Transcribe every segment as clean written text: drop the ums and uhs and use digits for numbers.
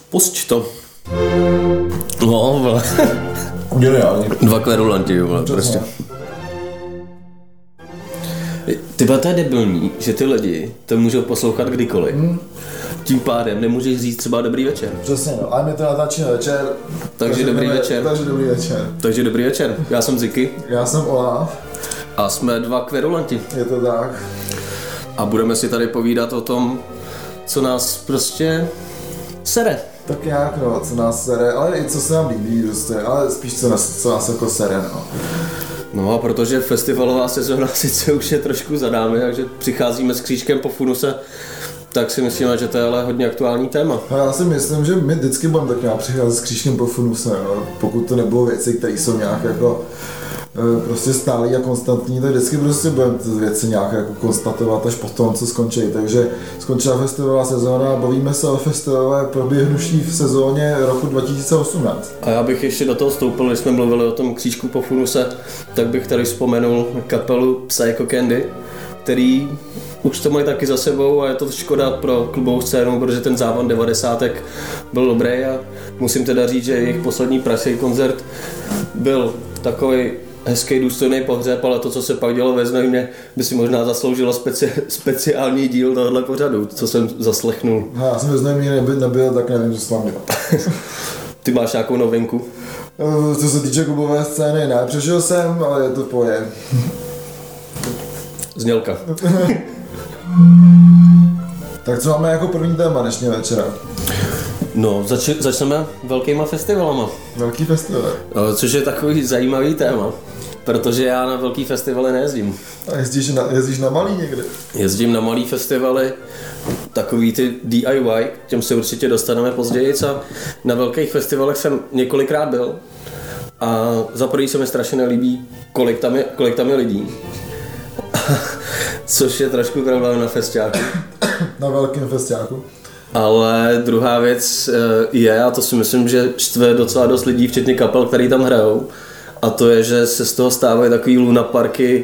Pusť to. No, vole. Geniální. 2 kverulanti, vole, prostě. Tyba, to je debilní, že ty lidi to můžou poslouchat kdykoliv. Tím pádem nemůžeš říct třeba dobrý večer. Přesně, no. A my to natáčíme večer. Takže dobrý večer. Takže dobrý večer. Takže dobrý večer. Já jsem Ziky. Já jsem Olaf. A jsme 2 kverulanti. Je to tak. A budeme si tady povídat o tom, co nás prostě sere. Tak nějak, no, co nás sere, ale i co se nám líbí, prostě, ale spíš co nás jako sere, no. No a protože festivalová sezóna sice už je trošku za námi, takže přicházíme s křížkem po funuse, tak si myslíme, že to je ale hodně aktuální téma. A já si myslím, že my vždycky budeme tak nějak přicházet s křížkem po funuse, no. Pokud to nebudou věci, které jsou nějak jako prostě stálý a konstantní, tak vždycky prostě budeme ty věci nějak jako konstatovat až po tom, co skončí. Takže skončila festivalová sezóna a bavíme se o festivalové proběhnutí v sezóně roku 2018. A já bych ještě do toho vstoupil, když jsme mluvili o tom křížku po funuse, tak bych tady vzpomenul kapelu Psycho Candy, který už to mají taky za sebou a je to škoda pro klubovou scénu, protože ten závan 90. byl dobrý a musím teda říct, že jejich poslední pražský koncert byl takový hezký, důstojný pohřeb, ale to, co se pak dělo ve Znojmě, by si možná zasloužilo speciální díl tohohle pořadu, co jsem zaslechnul. No, já jsem ve Znojmě nebyl, tak nevím, co jsem dělal. Ty máš nějakou novinku? Co se týče klubové scény, ne, přešel jsem, ale je to v pohodě. Znělka. Tak co máme jako první téma dnešního večera? No, začneme velkýma festivalama. Velký festival. Což je takový zajímavý téma, protože já na velký festivaly nejezdím. A jezdíš na malý někde? Jezdím na malý festivaly, takový ty DIY, k těm se určitě dostaneme později. A na velkých festivalech jsem několikrát byl a za první se mi strašně nelíbí, kolik tam je lidí. Což je trošku problém na festiáku. Na velkém festiáku. Ale druhá věc je, a to si myslím, že štve docela dost lidí, včetně kapel, který tam hrajou, a to je, že se z toho stávají takový lunaparky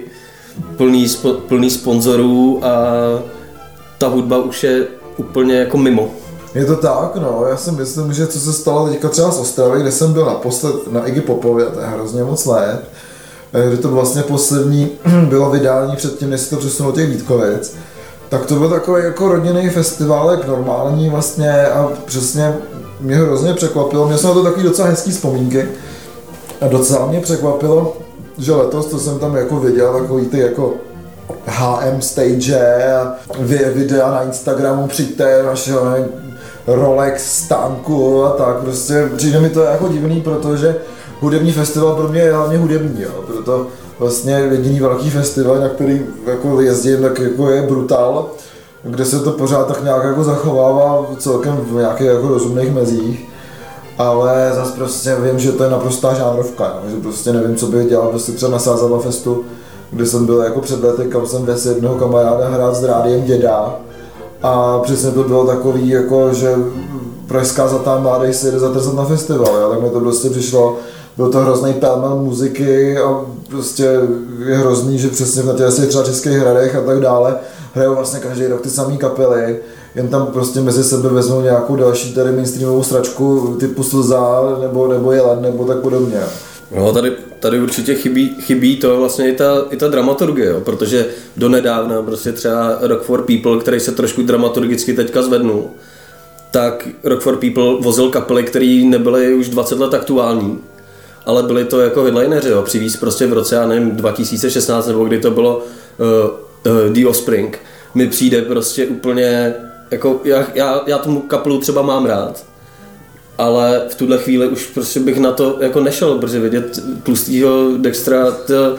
plný sponzorů a ta hudba už je úplně jako mimo. Je to tak, no, já si myslím, že co se stalo teďka třeba z Ostravy, kde jsem byl naposled na Iggy Popově, to je hrozně moc let, kdy to vlastně poslední bylo vydání předtím, než se to přesunulo těch Vítkovic, tak to byl takový jako rodinný festiválek, normální vlastně a přesně mě hrozně překvapilo, měl jsem na to takový docela hezký vzpomínky a docela mě překvapilo, že letos to jsem tam jako viděl, takový ty jako HM stage a videa na Instagramu přijďte vašeho Rolex stánku a tak, prostě přijde mi to jako divný, protože hudební festival pro mě je hlavně hudební, jo, proto vlastně jediný velký festival, na který jako jezdím, tak jako je Brutal, kde se to pořád tak nějak jako zachovává celkem v nějakých jako rozumných mezích, ale zase prostě vím, že to je naprostá žánrovka, že prostě nevím, co bych dělal prostě třeba na Sázava Festu, kde jsem byl jako před lety, kam jsem vezl jednoho kamaráda hrát s rádiem Děda a přesně to bylo takový, jako, že pražská zlatá mládež se jede zatrzat na festival, jo? Tak mi to prostě přišlo. Byl to hrozný pelmel muziky a prostě je hrozný, že přesně na těch třeba Českých hradech a tak dále hrajou vlastně každý rok ty samé kapely, jen tam prostě mezi sebe vezmou nějakou další tady mainstreamovou sračku typu Slza nebo Jelen nebo tak podobně. No, tady určitě chybí to vlastně i ta dramaturgie, jo, protože donedávna prostě třeba Rock for People, který se trošku dramaturgicky teďka zvednul, tak Rock for People vozil kapely, které nebyly už 20 let aktuální, ale byli to jako headlineři, jo, přivíz prostě v roce, já nevím, 2016 nebo kdy to bylo The Offspring, mi přijde prostě úplně, jako já tomu kapelu třeba mám rád, ale v tuhle chvíli už prostě bych na to jako nešel, protože vidět tlustýho Dextra, to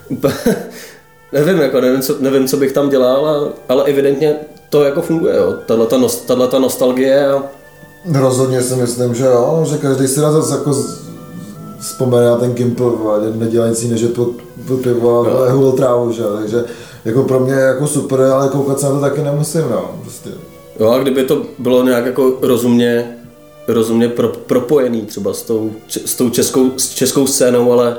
nevím, co bych tam dělal, ale evidentně to jako funguje, jo, tato nostalgie. Rozhodně si myslím, že jo, že každý si zase jako vzpomene na ten Gimple, nedělající než je pod pivo a hulil trávu, že? Takže jako pro mě je jako super, ale koukat se na to taky nemusím, no, prostě. Jo, a kdyby to bylo nějak jako rozumně propojený třeba s tou českou scénou, ale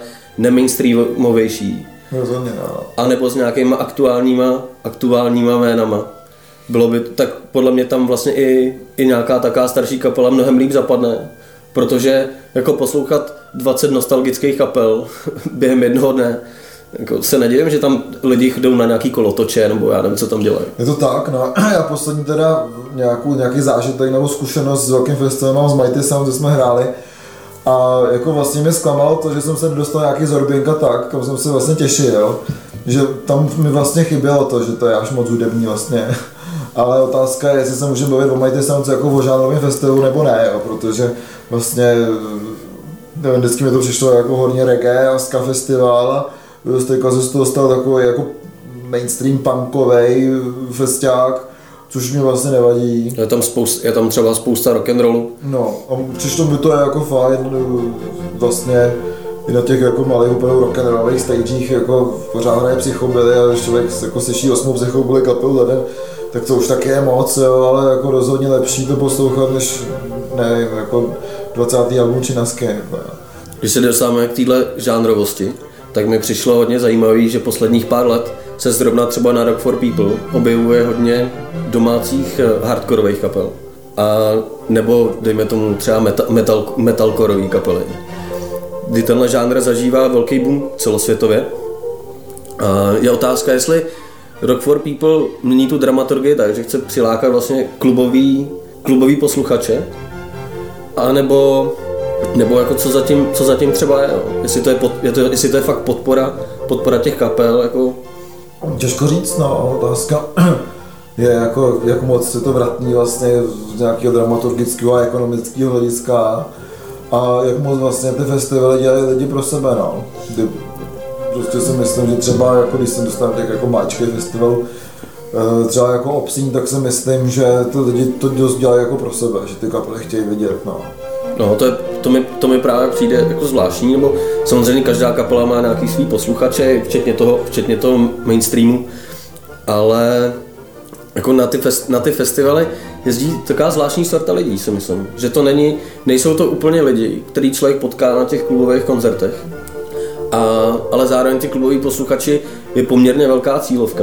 nemainstreamovější. Rozhodně, no. A nebo s nějakýma aktuálníma jménama, bylo by, tak podle mě tam vlastně i nějaká taká starší kapela mnohem líp zapadne, protože jako poslouchat 20 nostalgických kapel během jednoho dne, jako se nedivím, že tam lidi jdou na nějaký kolotoče, nebo já nevím, co tam dělají. Je to tak, no. Já poslední teda nějaký zážitek nebo zkušenost s velkým festivalem z Mighty Sound, kde jsme hráli. A jako vlastně mě zklamalo to, že jsem se dostal nějaký Zorbinka tak, kam jsem se vlastně těšil, že tam mi vlastně chybělo to, že to je až moc hudební vlastně. Ale otázka je, jestli se můžeme bavit o Mighty Sound jako o žánrovém festivalu nebo ne, jo, protože vlastně nevím, vždycky mi to přišlo jako hodně reggae a ska festival a teďka se z toho stal takový jako mainstream punkovej festiák, což mi vlastně nevadí. Je tam třeba spousta rock'n'rollu. No a přišlo by to jako fajn, vlastně i na těch jako malých úplně rock'n'rollových stagech jako pořád hraje Psychobilly a když člověk jako slyší 8 Psychobilly kapelu za den, tak to už taky je moc, jo, ale jako rozhodně lepší to poslouchat, než nevím, jako 20. album Činasky. Jako. Když se dostáváme k téhle žánrovosti, tak mi přišlo hodně zajímavý, že posledních pár let se zrovna třeba na Rock for People objevuje hodně domácích hardkorových kapel. A nebo dejme tomu třeba metalkorový kapely. Kdy tenhle žánr zažívá velký boom celosvětově. A je otázka, jestli Rock for People mění tu dramaturgii tak, že chce přilákat vlastně klubový posluchače, a nebo jako co zatím třeba je, jestli to je fakt podpora těch kapel, jako... Těžko říct, no, otázka je jako moc je to vratný vlastně z nějakého dramaturgického a ekonomického hlediska a jak moc vlastně ty festivaly dělají lidi pro sebe, no. Prostě si myslím, že třeba jako když jsem dostal těch jako máčky festivalu, třeba jako Obscene, tak si myslím, že ty lidi to dost dělají jako pro sebe, že ty kapely chtějí vidět, no. No, to mi právě přijde jako zvláštní, nebo samozřejmě každá kapela má nějaký svý posluchače, včetně toho mainstreamu, ale jako na ty festivaly jezdí taková zvláštní sorta lidí, si myslím, že to nejsou to úplně lidi, který člověk potká na těch klubových koncertech, ale zároveň ty kluboví posluchači je poměrně velká cílovka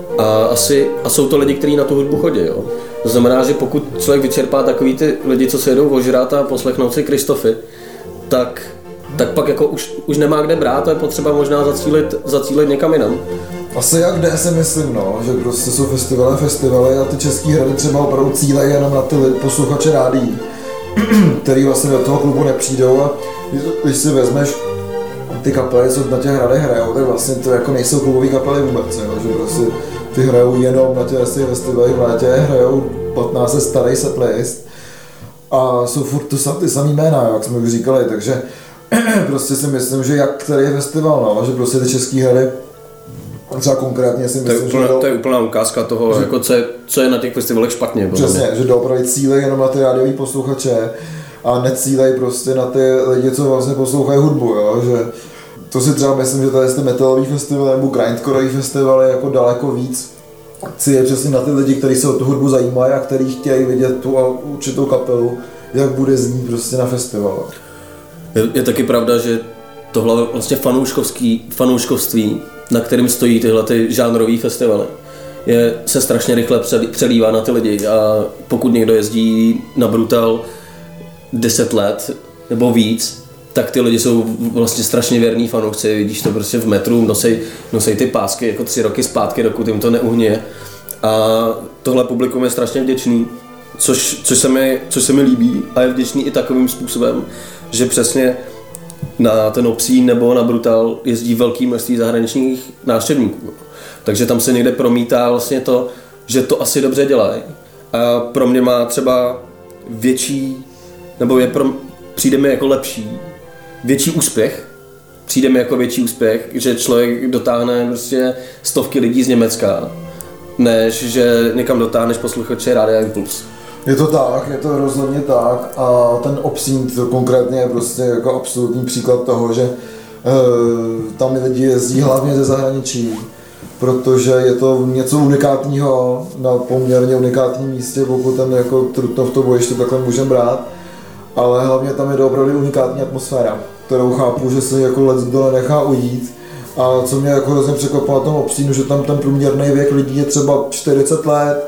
a jsou to lidi, kteří na tu hudbu chodí, jo. To znamená, že pokud člověk vyčerpá takový ty lidi, co se jedou ožrat a poslechnout si Kristofy, tak pak jako už nemá kde brát, to je potřeba možná zacílit někam jinam. Asi jak kde si myslím, no, že prostě jsou festivaly a ty český hrady třeba opravdu cílejí jenom na ty posluchače rádií, který vlastně do toho klubu nepřijdou a když si vezmeš ty kapely, co na těch hradech hrajou, tak vlastně to jako nejsou klubové kapely vůbec, jo, že prostě ty hrajou jenom na těch festivalech v létě, hrajou 15 starý setlist a jsou furt ty samý jména, jak jsme už říkali, takže prostě si myslím, že jak který je festival, no, že prostě ty český hry třeba konkrétně si myslím, že to je úplná ukázka toho, že, jako co je na těch festivalech špatně. Přesně, že doopravdy cílejí jenom na ty rádiový posluchače a necílejí prostě na ty lidi, co vlastně poslouchají hudbu, jo, že to si třeba myslím, že tady ty metalový festivaly nebo grindcoreový festivaly jako daleko víc cílejí přesně na ty lidi, kteří se o tu hudbu zajímají a kteří chtějí vidět tu určitou kapelu, jak bude znít prostě na festivalu. Je taky pravda, že tohle vlastně fanouškovství, na kterým stojí tyhle ty žánrový festivaly, se strašně rychle přelívá na ty lidi a pokud někdo jezdí na Brutal 10 let nebo víc, tak ty lidi jsou vlastně strašně věrní fanoušci, vidíš to prostě v metru, nosej ty pásky jako 3 roky zpátky, dokud jim to neuhněje. A tohle publikum je strašně vděčný, což se mi líbí a je vděčný i takovým způsobem, že přesně na ten Obscene nebo na Brutal jezdí velký množství zahraničních návštěvníků. Takže tam se někde promítá vlastně to, že to asi dobře dělají. A pro mě má třeba přijde mi jako větší úspěch, že člověk dotáhne prostě stovky lidí z Německa, než že někam dotáhneš posluchače Rádia Impuls. Je to tak, je to rozhodně tak a ten Obscene to konkrétně je prostě jako absolutní příklad toho, že tam lidi jezdí hlavně ze zahraničí, protože je to něco unikátního na poměrně unikátním místě, pokud tam jako Trutnov to bojiště takhle můžeme brát, ale hlavně tam je to opravdu unikátní atmosféra, kterou chápu, že se jako leckdo nechá ujít. A co mě jako hrozně překvapilo na tom Obscenu, že tam ten průměrný věk lidí je třeba 40 let,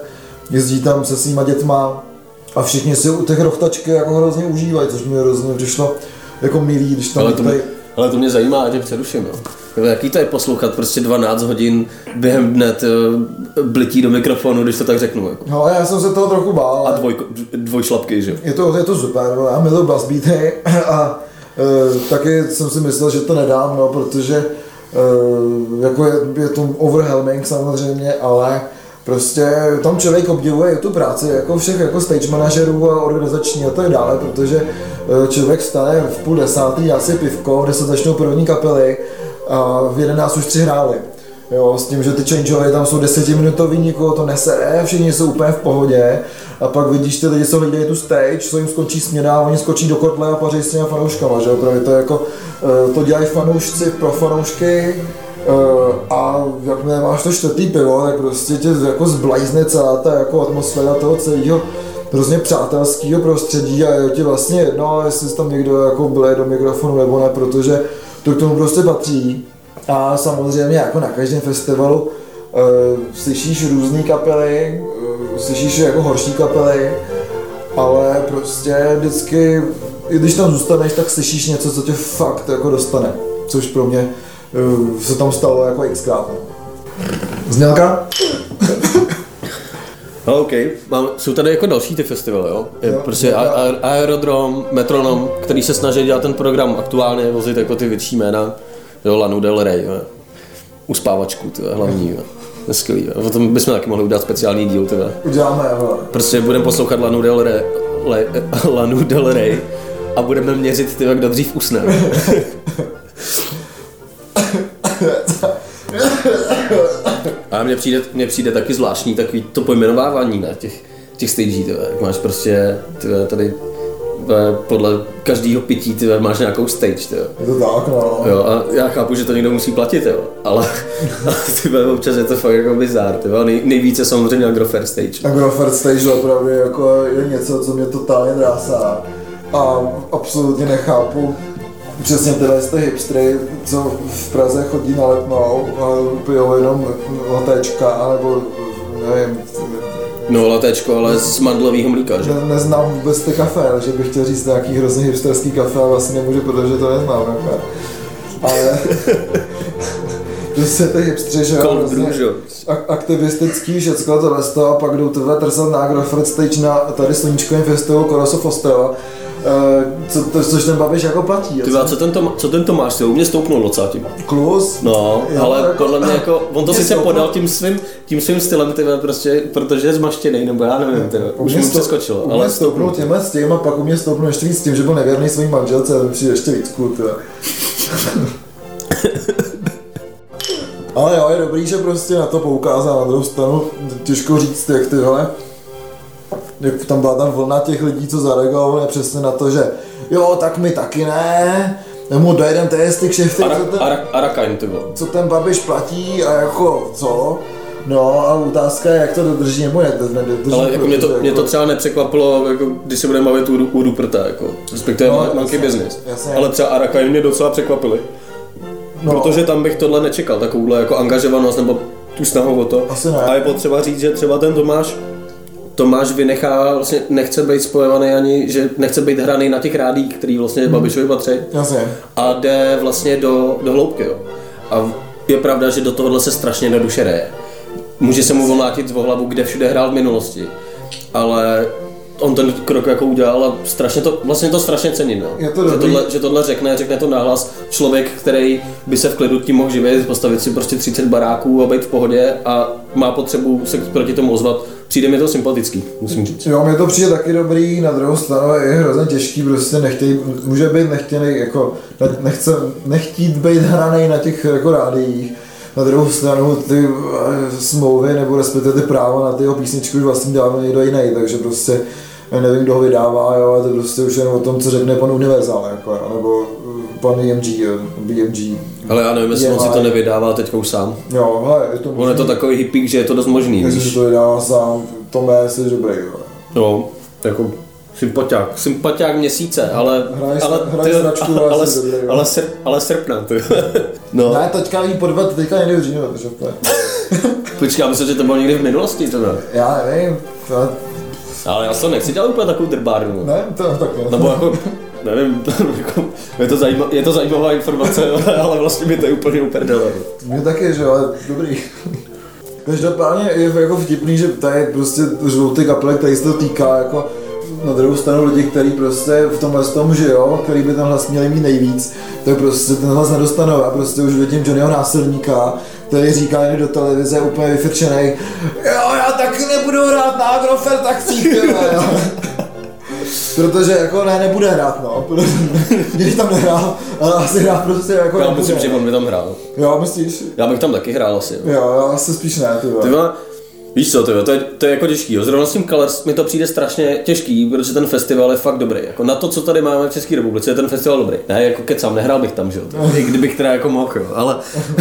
jezdí tam se svýma dětma a všichni si u těch rochtačky jako hrozně užívají, což mi hrozně přišlo jako milý, když tam ale to mě zajímá, že přeruším, jo. Jaký to je poslouchat prostě 12 hodin během dne blití do mikrofonu, když to tak řeknu. Jako. No, já jsem se toho trochu bál. A dvojšlapky, že? Je to super, já miluji basbeaty a taky jsem si myslel, že to nedám, no, protože jako je to overwhelming samozřejmě, ale prostě tam člověk obdivuje i tu práci jako všech jako stage manažerů a organizační a tak dále, protože člověk vstane v 9:30, dá si pivko, v 10 začnou první kapely a v 11 už 3 hráli. Jo, s tím, že ty changeově tam jsou 10minutový, nikoho to nesere, všichni jsou úplně v pohodě a pak vidíš ty lidi, co hlídají tu stage, co jim skončí směna, oni skočí do kotle a paří s těma fanouškama, že jo, právě to je jako, to dělají fanoušci pro fanoušky a jakmile máš to 4. pivo, tak prostě tě jako zblajzne celá ta jako atmosféra toho celého hrozně přátelského prostředí a je ti vlastně jedno, jestli tam někdo jako bleje do mikrofonu nebo ne, protože to k tomu prostě patří. A samozřejmě jako na každém festivalu slyšíš různé kapely, slyšíš jako horší kapely, ale prostě vždycky, i když tam zůstaneš, tak slyšíš něco, co tě fakt jako dostane, což pro mě se tam stalo jako xkrát. Znělka? No, OK, jsou tady jako další ty festivaly, jo? Prostě Aerodrom, Metronom, který se snaží dělat ten program aktuálně, vozit jako ty větší jména, jo, Lanu Del Rey, jo? Uspávačku, to je hlavní, jo? Skvělý, jo? O tom bychom taky mohli udělat speciální díl, tyhle. Uděláme, jo. Prostě budeme poslouchat Lanu Del Rey a budeme měřit, tyhle, kdo dřív usne. A mně přijde taky zvláštní takový to pojmenovávání na těch stagí, jak máš prostě tady podle každého pití máš nějakou stage. Je to tak, no. Jo, a já chápu, že to někdo musí platit, jo, ale občas je to fakt jako bizár, nejvíce samozřejmě Agrofert stage. Agrofert stage opravdu jako je něco, co mě totálně drásá a absolutně nechápu. Přesně tyhle z těch hipstry, co v Praze chodí na Letnou a pijou jenom latéčka, nebo nevím. No latéčko, ale z mandlového mlíka, že? Neznám vůbec ty kafe, že bych chtěl říct nějaký hrozně hipsterský kafe, ale vlastně nemůžu, protože to neznám. Jako. Ale prostě ty hipstři, že jo, aktivistický, všecko tohle z toho, a pak jdou tyhle trsat na Agrofert stage na tady sluníčkovém festivalu Korosov Ostrava. Což ten Babiš jako platí. Tyva, co ten Tomáš si u mě stoupnul docela tím? Klus? No, ale jako, podle mě jako, on to sice podal tím svým stylem, tyva, prostě, protože je zmaštěnej, nebo já nevím, tyva, už mu přeskočilo. Ale stoupnul tímhle s tím a pak u mě stoupnul ještě víc s tím, že byl nevěrný svým manželce a to přijde ještě víc cool, tyva. Ale jo, je dobrý, že prostě na to poukázal, na druhou stranu těžko říct, jak tyhle. Jak tam byla tam vlna těch lidí, co zareagovali přesně na to, že jo, tak my taky ne, mu dojedem ty kšefty, co ten Babiš platí a jako co, no a otázka je, jak to dodrží nebo nedodrží. Ale jako mě to třeba nepřekvapilo, jako, když se budeme bavit u Ruperta, jako, respektive Monkey Business, ale třeba Arakain mě docela překvapili, protože tam bych tohle nečekal, takovouhle jako angažovanost nebo tu snahu o to. A je potřeba říct, že třeba ten Tomáš vynechá, vlastně nechce být spojovaný ani, že nechce být hraný na těch rádích, který vlastně Babišovi patří. A jde vlastně do hloubky, jo. A je pravda, že do tohohle se strašně do duše reje. Může se mu omlátit v hlavu, kde všude hrál v minulosti, ale on ten krok jako udělal a vlastně to strašně cením, no. Že tohle řekne to nahlas člověk, který by se v klidu tím mohl živit, postavit si prostě 30 baráků a být v pohodě a má potřebu se proti tomu ozvat. Přijde mi to sympatický, musím říct. Jo, mně to přijde taky dobrý, na druhou stranu je hrozně těžký, prostě může být nechtěný, jako nechtít být hranej na těch jako rádiích. Na druhou stranu ty smlouvy nebo respektive ty práva na ty jeho písničky už vlastně dávno někdo jiný, takže prostě nevím, kdo ho vydává, jo, a to prostě už jen o tom, co řekne pan Universal, jako, nebo pan BMG. Ale já nevím, jestli on si to nevydává teďka už sám. Jo, hele, je to možný. On je to takový hippík, že je to dost možný. Myslím, že to vydává sám, Tome, jsi dobrý, jo. No, jako sympatiák měsíce, ale srpna, ty. No. Ne, teďka jí podvat, teďka nejde v říjnu, takže Počkej, já myslím, že to bylo někdy v minulosti, to ne? Já nevím, ale já to nechci dělat úplně takovou drbárnu. Ne, to tak ne. Nebo jako, nevím, jako, je to zajímavá informace, ale vlastně mi to je úplně uperdele. Mě taky, že ale dobrý. Každopádně je jako vtipný, že tady je prostě žlutý kapelek, který se to týká, jako na druhou stranu lidi, kteří prostě v tomhle tom žijou, který by ten hlas měli mít nejvíc, tak prostě ten hlas nedostanou. Já prostě už vidím Johnnyho násilníka, který říká jen do televize úplně vyfrčenej, jo, já taky nebudu hrát na Agrofert akcích, protože jako nebude hrát, no, protože když tam nehrál, ale asi hrát prostě jako já nebude. myslím, že on by tam hrál. Jo, myslíš? Já bych tam taky hrál asi. Jo, asi spíš ne, Víš co, to je jako těžký, jo. Zrovna s tím Colors mi to přijde strašně těžký, protože ten festival je fakt dobrý. Jako na to, co tady máme v České republice, je ten festival dobrý. Ne, jako kecám, nehrál bych tam, že jo, i kdybych teda jako mohl, jo,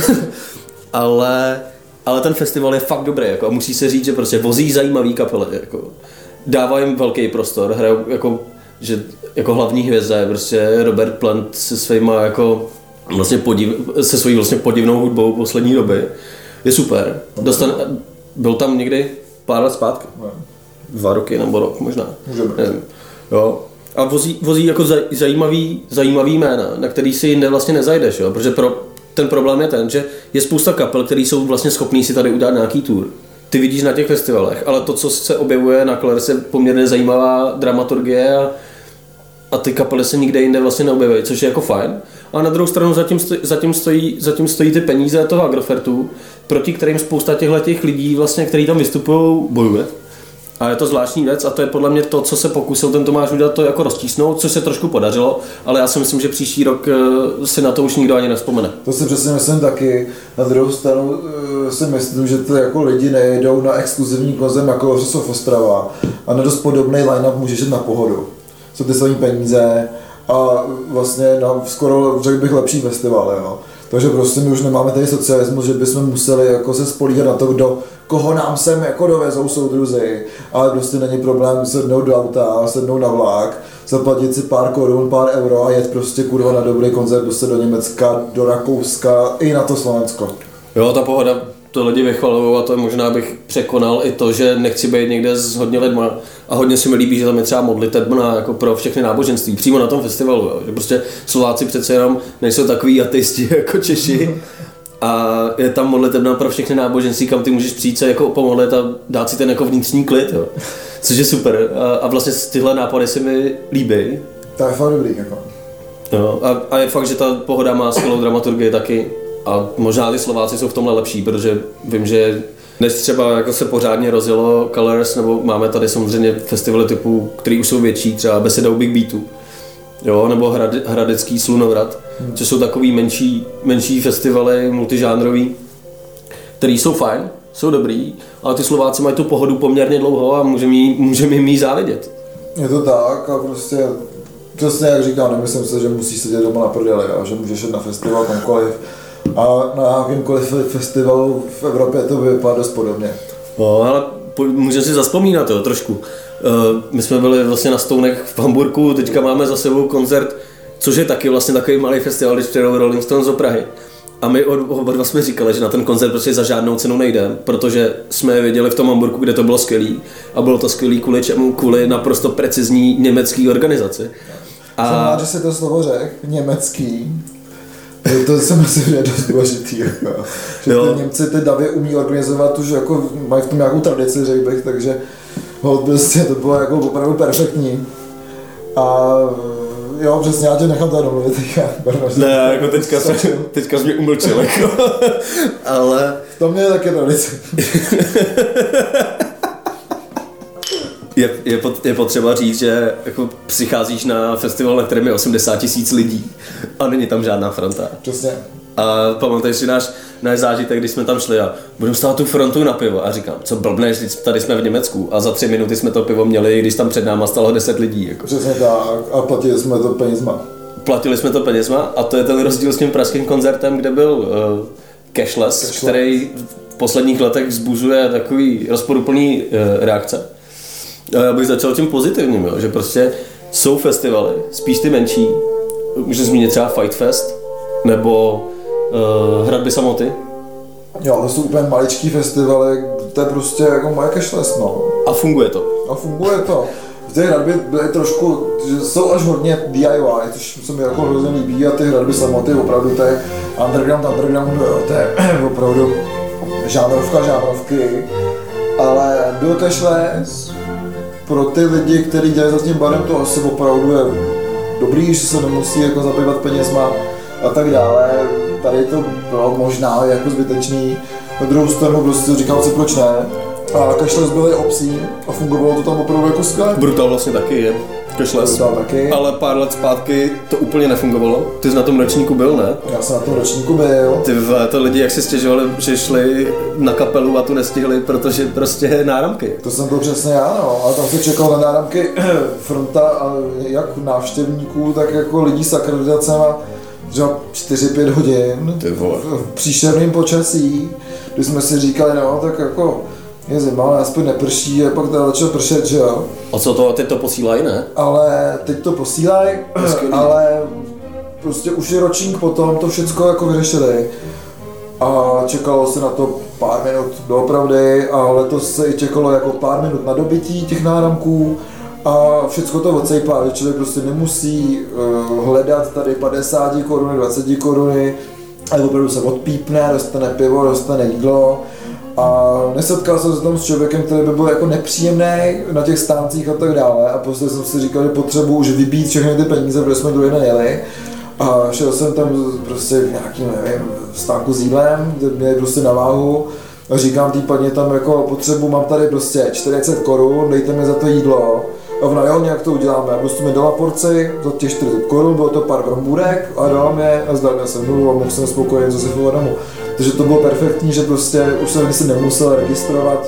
ale ten festival je fakt dobrý, jako a musí se říct, že prostě vozí zajímavý kapely, jako dává jim velký prostor, hrajou jako hlavní hvězda je prostě Robert Plant se svýma jako vlastně se svojí vlastně podivnou hudbou poslední doby. Je super. Byl tam někdy pár let zpátky. 2 roky nebo rok možná. Nevím. Jo. A vozí jako zajímavý jména, na který si jinde vlastně nezajdeš, jo? Protože ten problém je ten, že je spousta kapel, který jsou vlastně schopní si tady udělat nějaký tour. Ty vidíš na těch festivalech, ale to, co se objevuje na Colors, je poměrně zajímavá dramaturgie a ty kapely se nikde jinde vlastně neobjevují, což je jako fajn. A na druhou stranu zatím stojí ty peníze toho Agrofertu, proti kterým spousta těch lidí, vlastně, kteří tam vystupují, bojuje. A je to zvláštní věc a to je podle mě to, co se pokusil ten Tomáš udělat, to jako roztísnout, což se trošku podařilo, ale já si myslím, že příští rok si na to už nikdo ani nevzpomene. To si přesně myslím taky. Na druhou stranu si myslím, že to jako lidi nejedou na exkluzivní koncert jako Řesov Ostrava a na dost podobný line-up můžeš jít na Pohodu. Jsou ty svojí peníze a vlastně na skoro, řekl bych, lepší festival, jo. Takže prostě my už nemáme tady socialismus, že bychom museli jako se spolíhat na to, koho nám sem jako dovezou soudruzi, ale prostě není problém sednout do auta, sednout na vlak, zaplatit si pár korun, pár euro a jet prostě kurva na dobrý koncert prostě do Německa, do Rakouska i na to Slovensko. Jo, ta Pohoda, to lidi vychvalují a to možná bych překonal i to, že nechci být někde s hodně lidma a hodně si mi líbí, že tam je třeba modlitebna jako pro všechny náboženství, přímo na tom festivalu, jo. Že prostě Slováci přece jenom nejsou takový ateisti jako Češi a je tam modlitebna pro všechny náboženství, kam ty můžeš přijít se jako pomodlit a dát si ten jako vnitřní klid, jo. Což je super a vlastně tyhle nápady se mi líbí. To je fakt dobrý, jako. Jo, a je fakt, že ta Pohoda má skvělou dramaturgii taky. A možná ty Slováci jsou v tomhle lepší, protože vím, že než třeba jako se pořádně rozjelo Colors, nebo máme tady samozřejmě festivaly typu, který už jsou větší, třeba Beseda u Big Beatu, jo, nebo Hradecký Slunovrat, což jsou takový menší festivaly, multižánrový, který jsou fajn, jsou dobrý, ale ty Slováci mají tu Pohodu poměrně dlouho a můžeme jim jí závidět. Je to tak a prostě přesně jak říkám, nemyslím si, že musíš sedět doma na prdeli a že můžeš jít na festival kamkoliv. A na jakýmkoliv festivalu v Evropě to vypadá dost podobně. No, ale můžeme si zazpomínat, jo, trošku. My jsme byli vlastně na Stounech v Hamburku, teďka máme za sebou koncert, což je taky vlastně takový malý festival, když přijedou Rolling Stones do Prahy. A my oba dva jsme říkali, že na ten koncert prostě za žádnou cenu nejdeme, protože jsme je viděli v tom Hamburku, kde to bylo skvělý. A bylo to skvělý kvůli čemu? Kvůli naprosto precizní německý organizaci. Jsem rád, že si to slovo řekl, německý. To si myslím, že je dost důležitý, jako. Že ty Němci ty davy umí organizovat, už jako mají v tom nějakou tradici, řekl bych, takže prostě to bylo jako opravdu perfektní. A jo, přesně, já tě nechám tady domluvit. Ne, jako teďka jsi mě umlčil, jako. Ale... To mě je taky tradice. Je potřeba říct, že jako přicházíš na festival, na kterém je 80 000 lidí a není tam žádná fronta. Přesně. A pamatuješ si náš zážitek, když jsme tam šli a budeme stát tu frontu na pivo a říkám, co blbneš, tady jsme v Německu a za 3 minuty jsme to pivo měli, když tam před náma stalo 10 lidí. Jako. Přesně tak a platili jsme to penězma. Platili jsme to penězma a to je ten rozdíl s tím pražským koncertem, kde byl cashless, který v posledních letech vzbuzuje takový rozporuplný reakce. Já bych začal tím pozitivním, jo, že prostě jsou festivaly, spíš ty menší, můžu zmínit třeba Fight Fest, nebo Hradby samoty, Jo, to jsou úplně maličký festivaly, to je prostě jako moje cashless, no. A funguje to. A funguje to. Ty hradby byly trošku, že jsou až hodně DIY, což se mi jako hrozně líbí a ty hradby samotné opravdu, to je underground, to je opravdu žánrovky, ale byl cashless, pro ty lidi, kteří dělají za tím barem, to asi opravdu je dobrý, že se nemusí jako zabývat penězma a tak dále. Tady to bylo možná jako zbytečný, na druhou stranu prostě říkám si proč ne. A cashless byly obcí a fungovalo to tam opravdu jako skvěle. Brutal vlastně taky je cashless, taky. Ale pár let zpátky to úplně nefungovalo. Ty jsi na tom ročníku byl, ne? Já jsem na tom ročníku byl. Ty to lidi jak si stěžovali, že šli na kapelu a tu nestihli, protože prostě náramky. To jsem byl přesně já, no, ale tam se čekal na náramky fronta a jak návštěvníků, tak jako lidí s akreditacema, že 4-5 hodin v příšerném počasí, kdy jsme si říkali, no tak jako je zima, ale aspoň neprší a pak to začalo pršet, že jo. A co to, teď to posílají, ne? Ale teď to posílají, ale prostě už je ročník potom, to všecko jako vyřešili. A čekalo se na to pár minut doopravdy a letos se i čekalo jako pár minut na dobytí těch náramků a všecko to odsejpá, že člověk prostě nemusí hledat tady 50 koruny, 20 koruny, ale opravdu se odpípne, dostane pivo, dostane jídlo. A nesetkal jsem se tam s člověkem, který by byl jako nepříjemný na těch stáncích a tak dále a prostě jsem si říkal, že potřebuji už vybít všechny ty peníze, protože jsme druhý den jeli a šel jsem tam prostě v nějakým, nevím, stánku s jídlem, kde měli prostě na váhu a říkám té paní tam jako potřebuji, mám tady prostě 40 korun, dejte mi za to jídlo a ona jo, nějak to uděláme a prostě mi dala porci za těch 40 korun, bylo to pár brambůrek a dala mě a zdal mě jsem nulu a mohl jsem spokojen z Josefova domu. Takže to bylo perfektní, že prostě už jsem si nemusel registrovat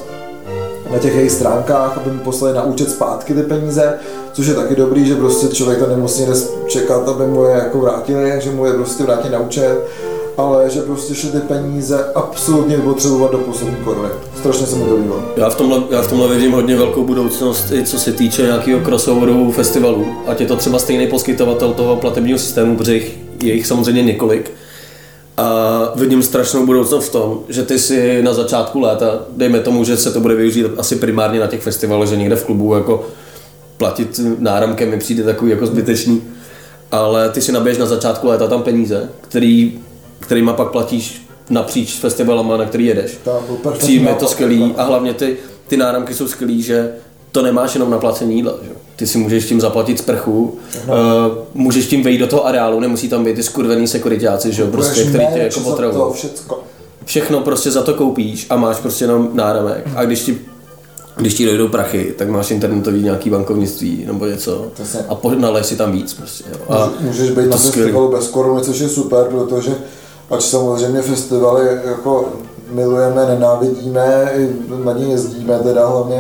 na těch jejich stránkách, aby mi poslali na účet zpátky ty peníze, což je taky dobrý, že prostě člověk to nemusí čekat, aby mu je jako vrátili, že mu je prostě vrátí na účet, ale že prostě šly ty peníze absolutně potřebovat do poslední koruny. Strašně se mi to líbilo. Já v tomhle vidím hodně velkou budoucnost, i co se týče nějakého crossoveru festivalů, ať je to třeba stejný poskytovatel toho platebního systému, protože je jich samozřejmě několik. A vidím strašnou budoucnost v tom, že ty si na začátku léta, dejme tomu, že se to bude využít asi primárně na těch festivalech, že někde v klubu jako platit náramkem mi přijde takový jako zbytečný, ale ty si nabiješ na začátku léta tam peníze, kterýma pak platíš napříč festivalama, na který jedeš. Přijím je to skvělý a hlavně ty náramky jsou skvělý, že to nemáš jenom na placení jídla, že? Ty si můžeš tím zaplatit sprchu, můžeš tím vejít do toho areálu, nemusí tam být ty skurvený sekuritáci, že jo, prostě, který tě jako potravují. Všechno prostě za to koupíš a máš prostě jenom náramek a když ti dojdou prachy, tak máš internetový nějaký bankovnictví nebo něco a nalej si tam víc prostě. Jo. A můžeš být na festivalu bez koruny, což je super, protože ač samozřejmě festivaly jako milujeme, nenávidíme, na ně jezdíme teda hlavně,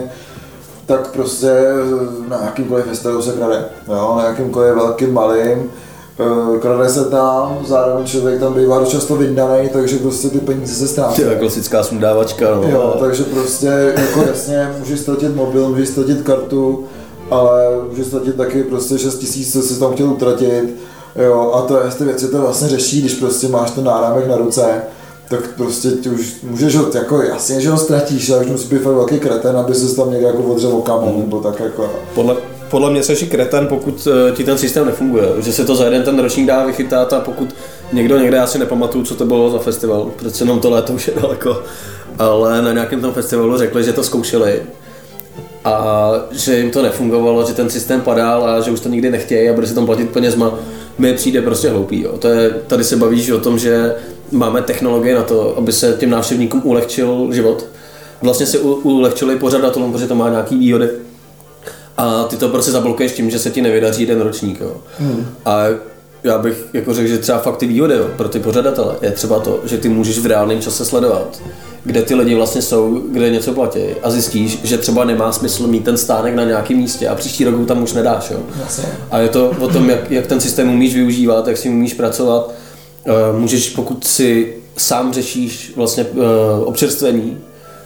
tak prostě na jakýmkoliv festivalu se krade, jo, na jakýmkoliv velkým, malým, krade se tam, zároveň člověk tam bývá dost často vyndanej, takže prostě ty peníze se ztrácí. To je klasická sundávačka, no. Jo, takže prostě jako jasně můžeš ztratit mobil, můžeš ztratit kartu, ale můžeš ztratit taky prostě 6 000, co jsi tam chtěl utratit, jo, a to je, ty věci to vlastně řeší, když prostě máš ten náramek na ruce, tak prostě ti už můžeš ho, jako jasně, že ho ztratíš, ale už musí být fakt velký kreten, aby se tam někde jako odřel o kamen, nebo tak jako. Podle mě jsi kreten, pokud ti ten systém nefunguje, že se to za jeden ten ročník dá vychytat a pokud někdo někde, já si nepamatuju, co to bylo za festival, protože jenom to léto už je daleko, ale na nějakém tom festivalu řekli, že to zkoušeli a že jim to nefungovalo, že ten systém padal a že už to nikdy nechtějí a bude si tam platit penězma, mi přijde prostě hloupý. Jo. Tady se bavíš o tom, že máme technologie na to, aby se těm návštěvníkům ulehčil život. Vlastně si ulehčili pořadatelům, protože to má nějaký výhody. A ty to prostě zablokuješ tím, že se ti nevydaří jeden ročník. Jo. A já bych jako řekl, že třeba fakt ty výhody pro ty pořadatele je třeba to, že ty můžeš v reálném čase sledovat, kde ty lidi vlastně jsou, kde něco platí a zjistíš, že třeba nemá smysl mít ten stánek na nějakém místě a příští rok tam už nedáš. Jo. A je to o tom, jak ten systém umíš využívat, jak si umíš pracovat. Můžeš, pokud si sám řešíš vlastně občerstvení,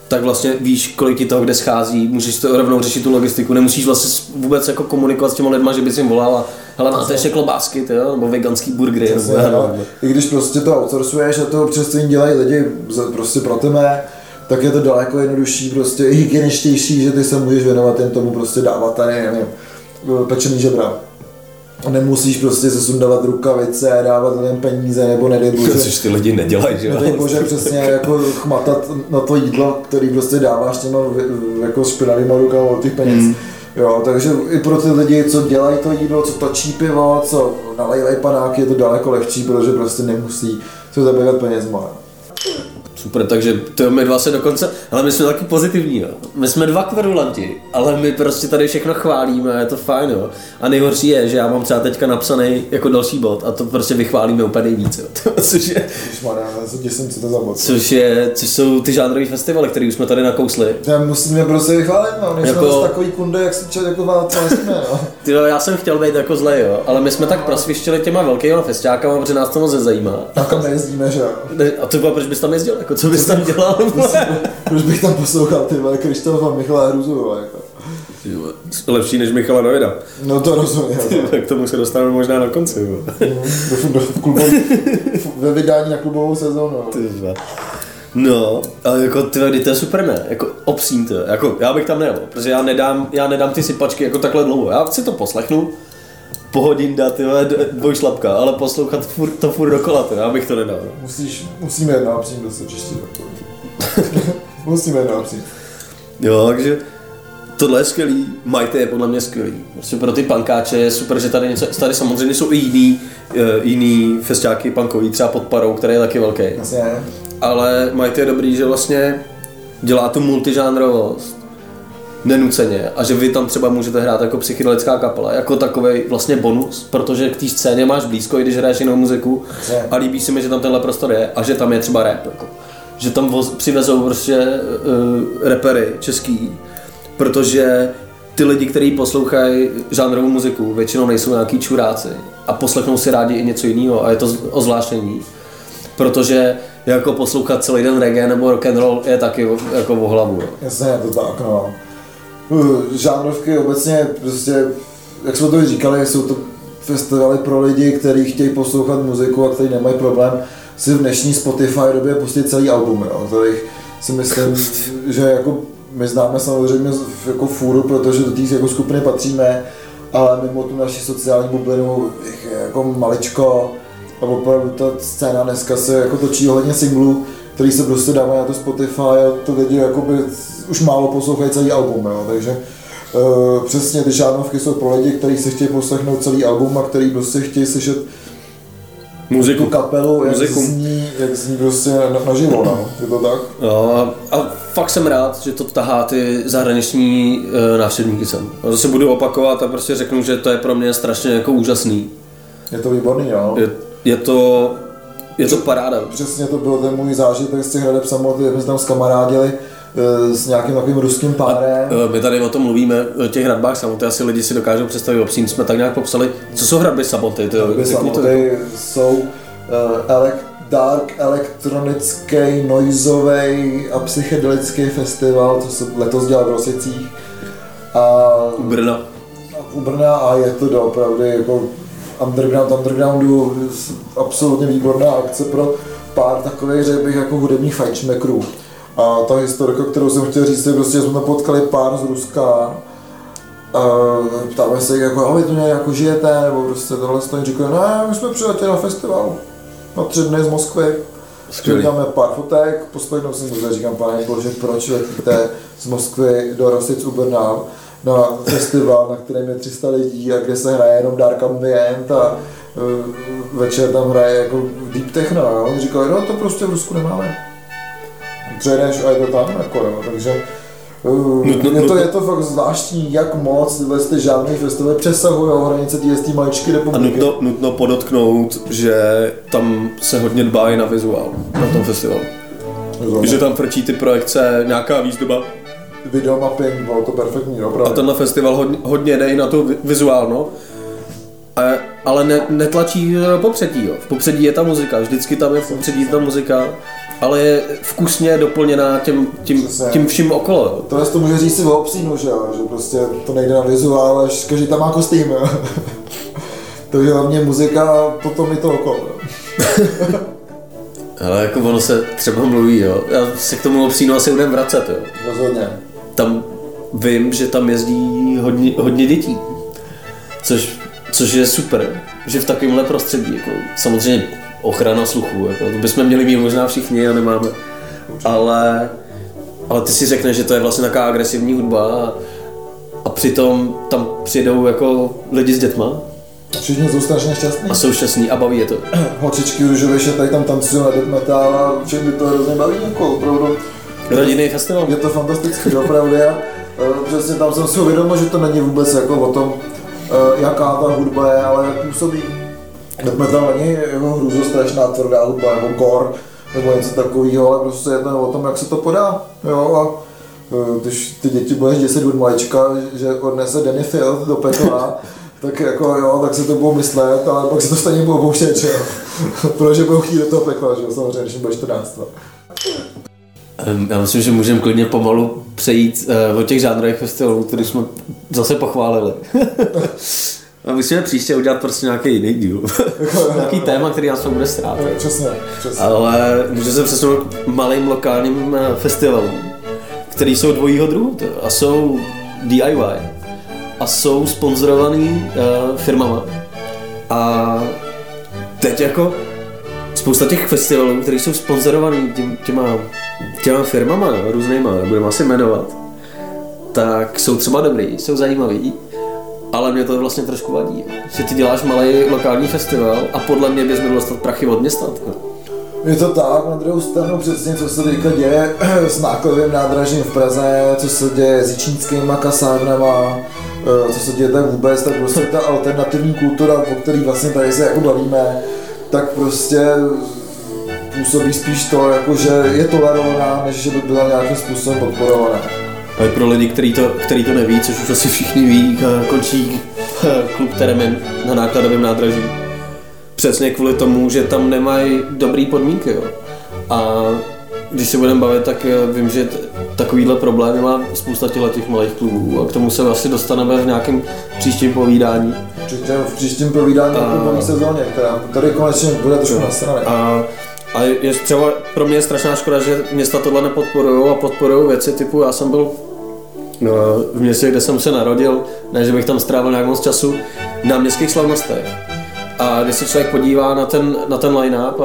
tak vlastně víš, kolik ti toho kde schází, můžeš to rovnou řešit tu logistiku, nemusíš vlastně vůbec jako komunikovat s těma lidma, že bys jim volala, hele, máte ještě klobásky, tyjo, nebo veganský burgery, I když prostě to outsourcuješ a to přes to dělají lidi prostě pro tebe, tak je to daleko jednodušší, prostě i hygieničtější, že ty se můžeš věnovat jen tomu prostě dávat tady, nevím, pečený žebra. Nemusíš prostě se sundávat rukavice, dávat lidem peníze, nebo nedej bože. Což ty lidi nedělají, že jo? Nedej bože přesně jako chmatat na to jídlo, který prostě dáváš těma jako špinavýma rukama od těch peněz. Jo, takže i pro ty lidi, co dělají to jídlo, co točí pivo, co nalejvají panáky, je to daleko lehčí, protože prostě nemusí se zabývat penězma. Super, takže to my dva se dokonce, ale my jsme taky pozitivní, jo. My jsme dva kverulanti, ale my prostě tady všechno chválíme a je to fajn, jo. A nejhorší je, že já mám třeba teďka napsaný jako další bod a to prostě vychválíme úplně nejvíc, jo. Což je... Co to za bod? Což jsou ty žánrový festivaly, které už jsme tady nakousli. Musíme prostě vychválit, no. My jsme jako... takový kunde, jak se jako válíme, no. Tyjo, já jsem chtěl být jako zlej, jo, ale my jsme tak prosvištěli těma velkýma festiákama, protože nás to moc nezajímá. A kam nejezdíme, že jo? A to bylo, proč bys tam jezdil? Jako, co bys tam dělal? Proč bych tam poslouchal ty vole Krištofa Michala Hruzu, jako. Lepší než Michala Davida. No to rozumím. K tomu se dostaneme možná na konci. Ve vydání na klubovou sezónu. No, ale jako ty, to je super, ne? Jako obsím to, jako já bych tam nejel, protože já nedám ty sypačky jako takhle dlouho. Já si to poslechnu, pohodím dát dvojšlapka, ale poslouchat to furt dokola, já bych to nedal. Musíme jedno obsím dost čistě. Musíme jedno obsím. Jo, takže tohle je skvělý, Mighty je podle mě skvělý. Prostě pro ty punkáče je super, že tady samozřejmě jsou i jiný festiáky punkový, třeba pod Parou, který je taky velký. Jasně. Ale Mighty je dobrý, že vlastně dělá tu multižánrovost nenuceně a že vy tam třeba můžete hrát jako psychedelická kapela, jako takovej vlastně bonus, protože k té scéně máš blízko, i když hraješ jinou muziku a líbí se mi, že tam tenhle prostor je a že tam je třeba rap, jako. Že tam přivezou prostě rapery český, protože ty lidi, kteří poslouchají žánrovou muziku, většinou nejsou nějaký čuráci a poslechnou si rádi i něco jiného a je to ozvláštnění, protože jako poslouchat celý den reggae nebo rock and roll je taky jako o hlavu. Jasně, je to tak, no. Žánrovky obecně prostě, jak jsme to říkali, jsou to festivaly pro lidi, kteří chtějí poslouchat muziku a kteří nemají problém si v dnešní Spotify době pustit celý album, jo, kterých si myslím, že jako my známe samozřejmě jako fůru, protože do té jako skupiny patříme, ale mimo tu naši sociální bublinu je jako maličko a opravdu ta scéna dneska se jako točí hodně singlů, který se prostě dávají na to Spotify a to lidi jakoby už málo poslouchají celý album, jo, takže přesně ty žánrovky jsou pro lidi, kteří si chtějí poslechnout celý album a který prostě chtějí slyšet muziku, kapelu, jak zní prostě naživo, no. Je to tak? Jo, a fakt jsem rád, že to tahá ty zahraniční návštěvníky sem. A zase budu opakovat a prostě řeknu, že to je pro mě strašně jako úžasný. Je to výborný, jo. Je to paráda. Přesně to byl ten můj zážitek z těch hradeb samoty, my jsme tam skamarádili s nějakým takovým ruským párem. My tady o tom mluvíme, o těch hradbách samoty, asi lidi si dokážou představit, obsím jsme tak nějak popsali, co jsou hradby samoty. Hradby samoty jsou dark elektronický, noizový a psychedelický festival, co se letos dělal v Rosicích. U Brna a je to doopravdy jako undergroundu absolutně výborná akce pro pár takových, řekl bych, jako hudebních fajčmekrů. A ta historka, kterou jsem chtěl říct, je prostě, že jsme tam potkali pár z Ruska. Ptáme se jich jako, vy tu nějak jako žijete, nebo prostě tohle stojí, říkají, ne, my jsme přiletěli na festival na 3 dny z Moskvy. Děláme pár fotek, poslechnou jsem to, říkám, pane bože, proč letíte z Moskvy do Rosic u Brna na festival, na kterém je 300 lidí a kde se hraje jenom dark ambient a večer tam hraje jako deep techno, jo? Říkali, no to prostě v Rusku nemáme. Přejdeš a je to tam, jako, jo? Takže je to fakt zvláštní, jak moc tyhle ty žádný festivaly přesahují hranice té maličké republiky. A nutno podotknout, že tam se hodně dbá i na vizuál na tom festivalu. Že tam frčí ty projekce, nějaká výzdoba. Videomapping, bylo to perfektní, opravdu. A tenhle festival hodně jde i na to vizuálno, ale netlačí popředí, jo. V popředí je ta muzika, vždycky tam je v popředí ta muzika ale je vkusně doplněná tím vším okolo. To může říct si o Obsínu, že prostě to nejde na vizuál, až každý tam má kostým, jo. Takže hlavně muzika, potom i to okolo. Ale jako ono se třeba mluví, jo. Já se k tomu Obsínu asi budem vracet, jo. Rozhodně. Tam vím, že tam jezdí hodně dětí, což je super, že v takovémhle prostředí, jako samozřejmě ochrana sluchu, jako, to bychom měli mít možná všichni a nemáme, ale ty si řekneš, že to je vlastně taková agresivní hudba a přitom tam přijdou jako lidi s dětma. Všichni jsou strašně šťastní. A jsou šťastní a baví je to. Holčičky růžověše tady tam tancují na death metal a všechny to hrozně baví, jako opravdu. Rodinný festival. Je to fantastický, opravdu. Přesně tam jsem si uvědomil, že to není vůbec jako o tom, jaká ta hudba je, ale jak působí. Death metal není jako hrůzostrašná tvrdá hudba, jako gore, nebo něco takového, ale prostě je to o tom, jak se to podá. Jo, a když ty děti budeš děsit od malička, že odnese Danny Field do pekla, tak jako jo, tak se to budou myslet, ale pak se to stejně budou pouštět, že jo. Protože budou chtít do toho pekla, že jo, samozřejmě, když bude 14. Já myslím, že můžeme klidně pomalu přejít od těch žánrových festivalů, který jsme zase pochválili. A musíme příště udělat prostě nějaký jiný díl. Nějaký téma, který nás bude strát. Přesně. Ale může se přesunout k malým lokálním festivalům, který jsou dvojího druhu a jsou DIY a jsou sponzorovaný firmama. A teď jako spousta těch festivalů, které jsou sponzorovaný těma firmama různýma, budeme asi jmenovat, tak jsou třeba dobrý, jsou zajímavý, ale mě to vlastně trošku vadí, že ty děláš malý lokální festival a podle mě bys měl dostat prachy od města. Je to tak, na druhou stranu přesně, co se teďka děje s nákladovým nádražím v Praze, co se děje s jičínskýma kasárnama, co se děje tak vůbec, tak prostě ta alternativní kultura, o který vlastně tady se jako bavíme, tak prostě působí spíš to, jako, že je tolerovaná, než že by byla nějakým způsobem podporovaná. A pro lidi, který to neví, což už asi všichni ví, končí klub Teremin na nákladovém nádraží. Přesně kvůli tomu, že tam nemají dobrý podmínky. Jo. A když se budeme bavit, tak vím, že takovýhle problémy má spousta těch malých klubů a k tomu se asi dostaneme v nějakém příštím povídání. Určitě v příštím povídání v nový sezóně, která tady konečně bude trošku na straně. A je třeba pro mě je strašná škoda, že města tohle nepodporujou a podporují věci typu, já jsem byl v městě, kde jsem se narodil, ne, že bych tam strávil nějak moc času, na městských slavnostech. A když se člověk podívá na ten line-up,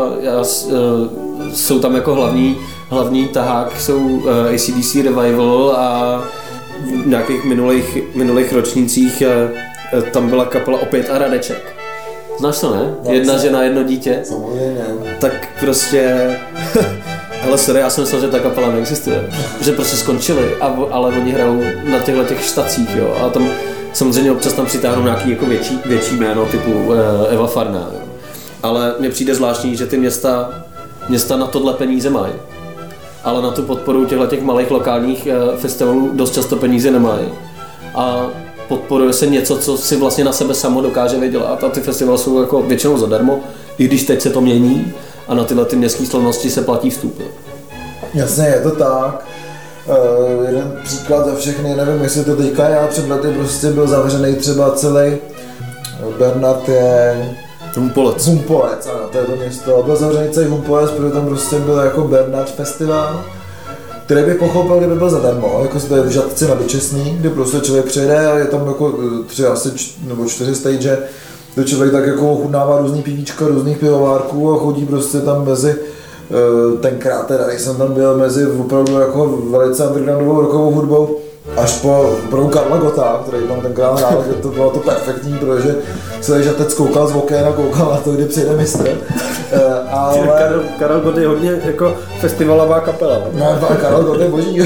jsou tam jako hlavní tahák, jsou AC/DC Revival a v nějakých minulých ročnících tam byla kapela Opět a Radeček. Znáš to, ne? Jedna žena, jedno dítě. Samozřejmě. Tak prostě... Hele, sorry, já jsem myslel, že ta kapela neexistuje. Že prostě skončili, ale oni hrajou na těch štacích, jo. A tam samozřejmě občas tam přitáhnou nějaký jako větší jméno typu Eva Farná, jo. Ale mně přijde zvláštní, že ty města na tohle peníze mají. Ale na tu podporu těch malých lokálních festivalů dost často peníze nemají. A podporuje se něco, co si vlastně na sebe samo dokáže vydělat a ty festivaly jsou jako většinou zadarmo, i když teď se to mění a na tyhle městské slavnosti se platí vstup. Jasně, je to tak. Jeden příklad za všechny, nevím, jestli to teďka já před lety prostě byl zavřený třeba celý Bernard je... Humpolec, ano, to je to město. Byl zavřený celý Humpolec, protože tam prostě byl jako Bernard festival, který by pochopil, kdyby byl zadarmo, jako se to je v Žatci na Dočesný, kdy prostě člověk přijede a je tam jako třeba asi 4 stage, kde člověk tak jako ochutnává různý pivíčka, různých pivovárků a chodí prostě tam mezi, tenkrát teda, když jsem tam byl, mezi opravdu jako velice undergroundovou rockovou hudbou, až po opravdu Karla Gotta, který tam tenkrát hrál, že to bylo to perfektní, protože celý Žatec koukal z okéna, koukal na to, kdy přijde mistr. Ale... Karel Gott je hodně jako festivalová kapela. No, Karel Gott je boží.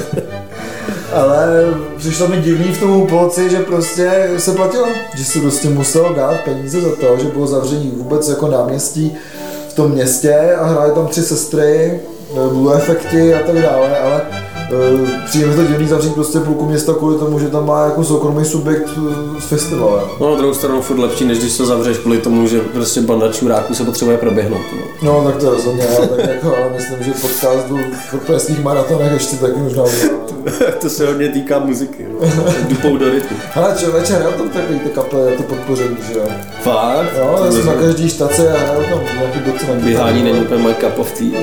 Ale přišlo mi divný v tom Polci, že prostě se platilo, že si prostě musel dát peníze za to, že bylo zavření vůbec jako náměstí v tom městě a hráli tam 3 sestry, Blue Effecti a tak dále, ale přijde mi to divný zavřít prostě půlku města kvůli tomu, že tam má jako soukromý subjekt z festivalu. No, na druhou stranu furt lepší, než když to zavřeš kvůli tomu, že prostě banda čuráků se potřebuje proběhnout. No tak to rozhodně, tak jako, ale myslím, že podcast o pražských maratonech ještě taky možná uděláme. To se hodně týká muziky, no. Dupou do rytmu. Ale člověče, hrajou tam takový ty kapely, to podpoření, že jo? Fakt? Jo, já jsem na každý štaci a hrajou tam nějaký docela. Běhání není úplně moje cup of tea.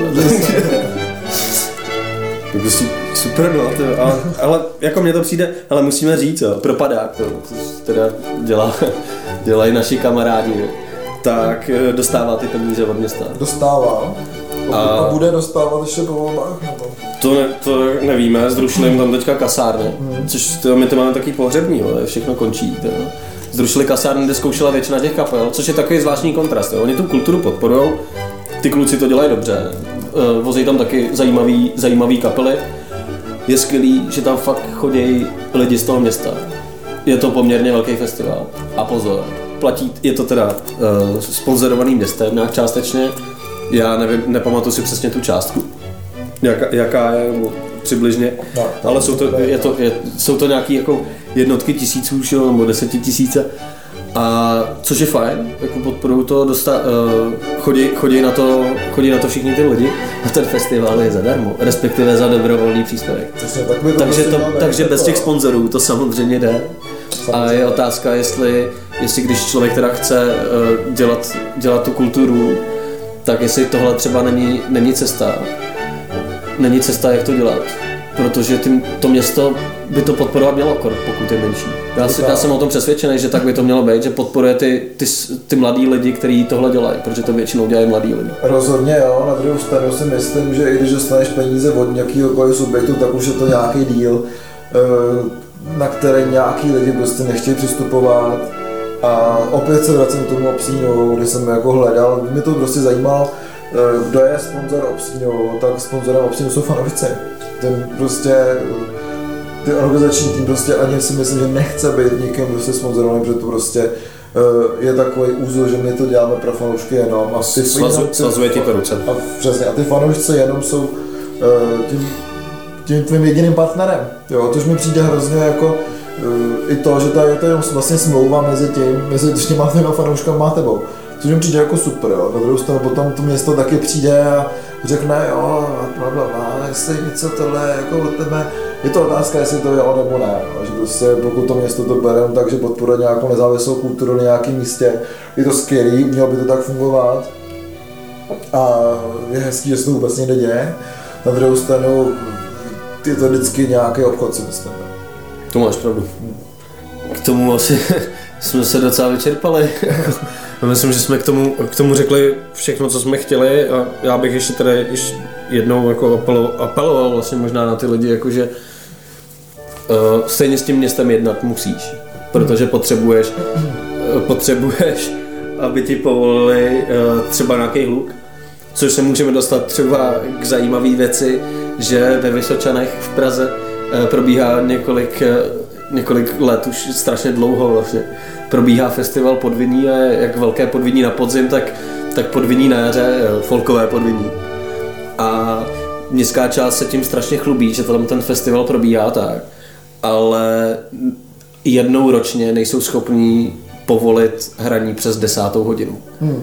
Super, no, ale jako mně to přijde, ale musíme říct, jo, propadák, to teda dělají naši kamarádi, tak dostává ty peníze od města. Dostává. A bude dostávat ještě po volbách? To nevíme, zrušili jim tam teďka kasárny, což my to máme taky pohřební, ale všechno končí. Zrušili kasárny, kde zkoušela většina těch kapel, což je takový zvláštní kontrast. Jo. Oni tu kulturu podporujou, ty kluci to dělají dobře, vozí tam taky zajímavý kapely. Je skvělý, že tam fakt chodí lidi z toho města. Je to poměrně velký festival. A pozor, je to teda sponzorovaný městem nějak částečně. Já nevím, nepamatuji si přesně tu částku, jaká je přibližně, ale jsou to nějaký jako jednotky tisíců, nebo 10 000. A což je fajn, jako podporují to, chodí na to všichni ty lidi a ten festival je zadarmo, respektive za dobrovolný příspěvek. Takže bez těch sponzorů to samozřejmě jde. A je otázka, jestli když člověk teda chce dělat tu kulturu, tak jestli tohle třeba není cesta. Není cesta, jak to dělat. Protože to město by to podporovat mělo, pokud je menší. Já jsem o tom přesvědčený, že tak by to mělo být, že podporuje ty mladý lidi, kteří tohle dělají, protože to většinou dělají mladí lidi. Rozhodně jo, na druhou stranu si myslím, že i když dostaneš peníze od nějakýhokoliv subjektu, tak už je to nějaký díl, na který nějaký lidi prostě nechtějí přistupovat. A opět se vracím k tomu Opsínu, když jsem jako hledal, mě to prostě zajímalo, kdo je sponzor Opsínu, tak sponzorem Opsínu jsou fanoušci. Ten prostě, ty organizační tým prostě ani si myslím, že nechce být nikým prostě sponzorovaný, protože to prostě je takový úzol, že my to děláme pro fanoušky jenom. A svazuje ti po ruce. A přesně, a ty fanoušci jenom jsou tím tvým jediným partnerem. Jo, tož mi přijde hrozně jako i to, že je to jenom vlastně smlouva mezi těma fanouškama a tebou. Což mi přijde jako super, jo. Na druhou stranu potom to město taky přijde a řekne, jo, blablabla, jestli něco tohle jako od tebe, je to otázka, jestli to jo nebo ne, jo. Že prostě pokud to město to bereme tak, že podporuje nějakou nezávislou kulturu na nějakém místě, je to skvělý, mělo by to tak fungovat a je hezký, že se to vůbec někde děje. Na druhou stranu je to vždycky nějaký obchod, si myslím. To máš pravdu. K tomu asi jsme se docela vyčerpali. Myslím, že jsme k tomu řekli všechno, co jsme chtěli a já bych ještě tady jednou jako apeloval vlastně možná na ty lidi, jakože stejně s tím městem jednat musíš, protože potřebuješ, aby ti povolili třeba nějaký hluk, což se můžeme dostat třeba k zajímavé věci, že ve Vysočanech v Praze probíhá několik let, už strašně dlouho vlastně, probíhá festival podviní a jak velké podviní na podzim, tak podviní na jaře, folkové podviní. A městská část se tím strašně chlubí, že tam ten festival probíhá tak, ale jednou ročně nejsou schopní povolit hraní přes 10. hodinu.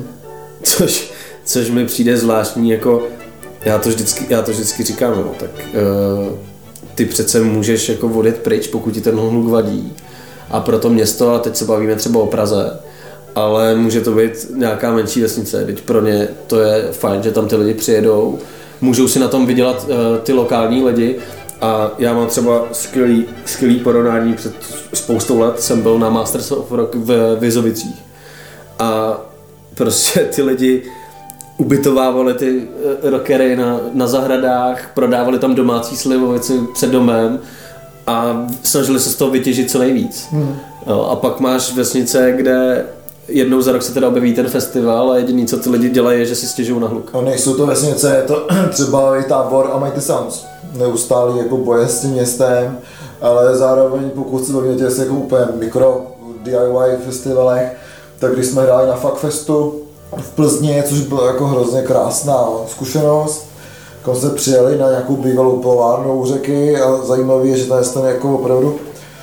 Což mi přijde zvláštní, jako já to vždycky říkám, no, tak ty přece můžeš jako odjet pryč, pokud ti ten hluk vadí. A pro to město, a teď se bavíme třeba o Praze, ale může to být nějaká menší vesnice, teď pro ně to je fajn, že tam ty lidi přijedou, můžou si na tom vydělat ty lokální lidi a já mám třeba skvělý porovnání, před spoustou let jsem byl na Masters of Rock v Vizovicích a prostě ty lidi ubytovávali ty rockery na zahradách, prodávali tam domácí slivovici před domem a snažili se z toho vytěžit co nejvíc. Jo, a pak máš vesnice, kde jednou za rok se teda objeví ten festival a jediný, co ty lidi dělají, je, že si stěžují na hluk. No nejsou to vesnice, je to třeba i Tábor a Mighty Sounds. Neustálý jako boje s tím městem, ale zároveň pokud se bavíme těch jako úplně mikro DIY festivalech, tak když jsme hráli na Fuckfestu v Plzni, což byla jako hrozně krásná zkušenost, kam jsme přijeli na nějakou bývalou plovárnu u řeky a zajímavý je, že to je ten jako opravdu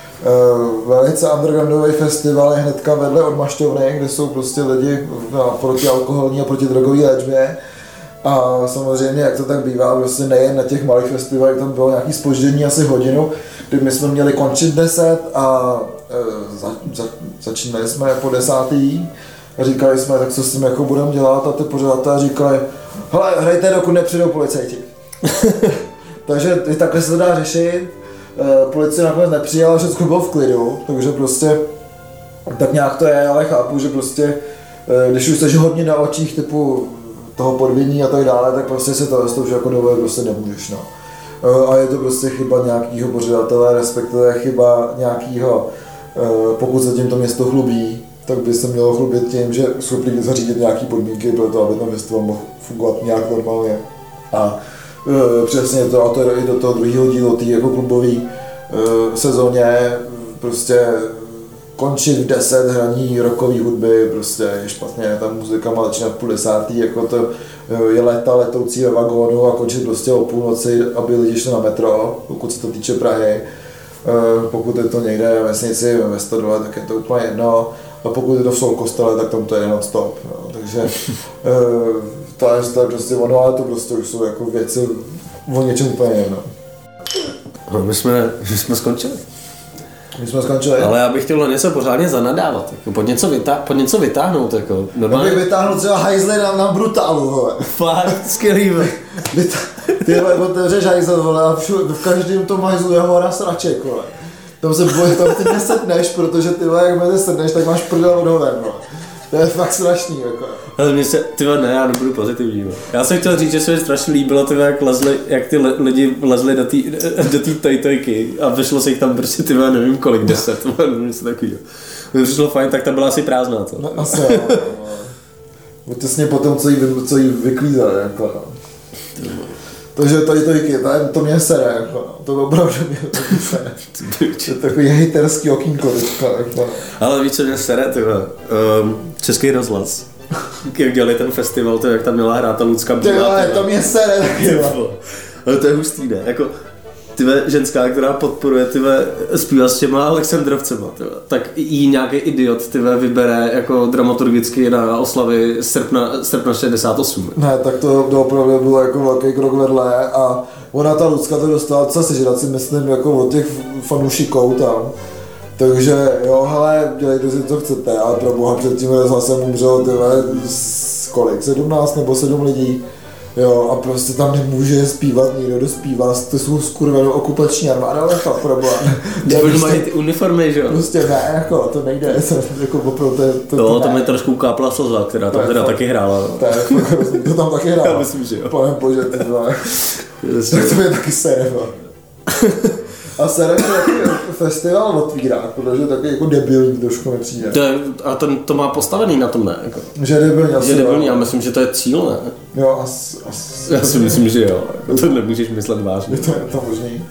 velice undergroundový festival je hnedka vedle od Maštovny, kde jsou prostě lidi proti alkoholní a proti drogové léčbě. A samozřejmě, jak to tak bývá, prostě nejen na těch malých festivalech, tam bylo nějaké zpoždění asi hodinu, kdy my jsme měli končit 10 a začínali jsme po 10. A říkali jsme, tak co s tím jako budeme dělat a ty pořadatelé říkali, hele, hrajte, dokud nepřijdou policajti. Takže i takhle se to dá řešit. Policie nakonec nepřijala, všechno bylo v klidu, takže prostě tak nějak to je, ale chápu, že prostě když už jsi hodně na očích typu toho podviní a tak dále, tak prostě se to už jako dovolit prostě nemůžeš, no. A je to prostě chyba nějakýho pořadatele, respektive chyba nějakýho, pokud se tím to město chlubí, tak by se mělo chlubit tím, že schopný zařídit nějaký podmínky pro to, aby to město mohlo fungovat nějak normálně. A přesně to, a to je i do toho druhého dílu, té jako klubové sezóně, prostě končit v 10 hraní rockové hudby, prostě je špatně, ta muzika má začínat v 50. jako to je léta letoucí ve vagónu a končit prostě o půlnoci, aby lidi šli na metro, pokud se to týče Prahy. Pokud je to někde ve vesnici, ve Stodole, tak je to úplně jedno. A pokud je to v Soulkostele, tak tam to je non-stop. No. Takže to je prostě ono, ale to prostě už jsou jako věci o něčem úplně jedno. My jsme skončili. My jsme skončili. Ale já bych chtěl něco pořádně zanadávat, jako pod něco vytáhnout. Jako, normálně. Bych vytáhnul třeba hajzly na brutálu, vole. Fakt, skvělý, vole. Ty otevřeš hajzl, vole, a v každém tom hajzlu je hora sraček, vole. Tam se bojíš, tam ty nesedneš, protože ty vole, jak mezi sedneš, tak máš prdel od hoven, vole. To je fakt strašný, jako. Ale mě se, tyhle, ne, já nebudu pozitivní, vole. Já jsem chtěl říct, že se mi strašně líbilo, tyhle, jak ty lidi vlezli do té tojtojky a vyšlo se jich tam prostě, tyhle, nevím kolik, 10, něco takového. Když přišlo fajn, tak ta byla asi prázdná, to. No, asi jo, no. Těsně potom, co jí vyklízeli, jako, no. Takže tojtojky, to mě sere, jako, to opravdu mě sere. To je takový hejterský okýnko, jako. Ale víš, co mě sere, tyhle, Český rozhlas. Jak dělali ten festival, to jak tam měla hrát ta Lucka Bílá. To mě sere, taky. Ale to je hustý, ne? Jako, tyhle ženská, která podporuje tyhle zpívá s těma Alexandrovcema, tyhle, tak jí nějaký idiot tyhle vybere jako dramaturgicky na oslavy srpna 68. Ne, tak to opravdu bylo jako velký krok vedle a ona ta Lucka to dostala docela sežrat si myslím jako od těch fanoušiků tam. Takže jo, hele, dělejte si, co chcete, ale pro boha před tím rozhlasem umřelo tyhle kolik, 17 nebo 7 lidí. Jo, a prostě tam nemůže zpívat nikdo, kdo zpívá, to jsou skurvenou okupační armáda, ale fakt problém. Ty mají ty uniformy, že jo? Prostě ne, jako, to nejde, jako opravdu to tam je trošku kápla slza, která tam teda taky hrála. To tam taky hrála. Já myslím, že jo. Pane bože, ty vole. Tak to je taky sere, A sere to taky festival otvírá, protože taky jako debilní trošku mi přijde. A to má postavený na tom, ne? Jako. Že je debilní asi. Že je debilní, já myslím, že to je cíl, ne? Jo, já si myslím, že jo. To nemůžeš myslet vážně. Je to možný.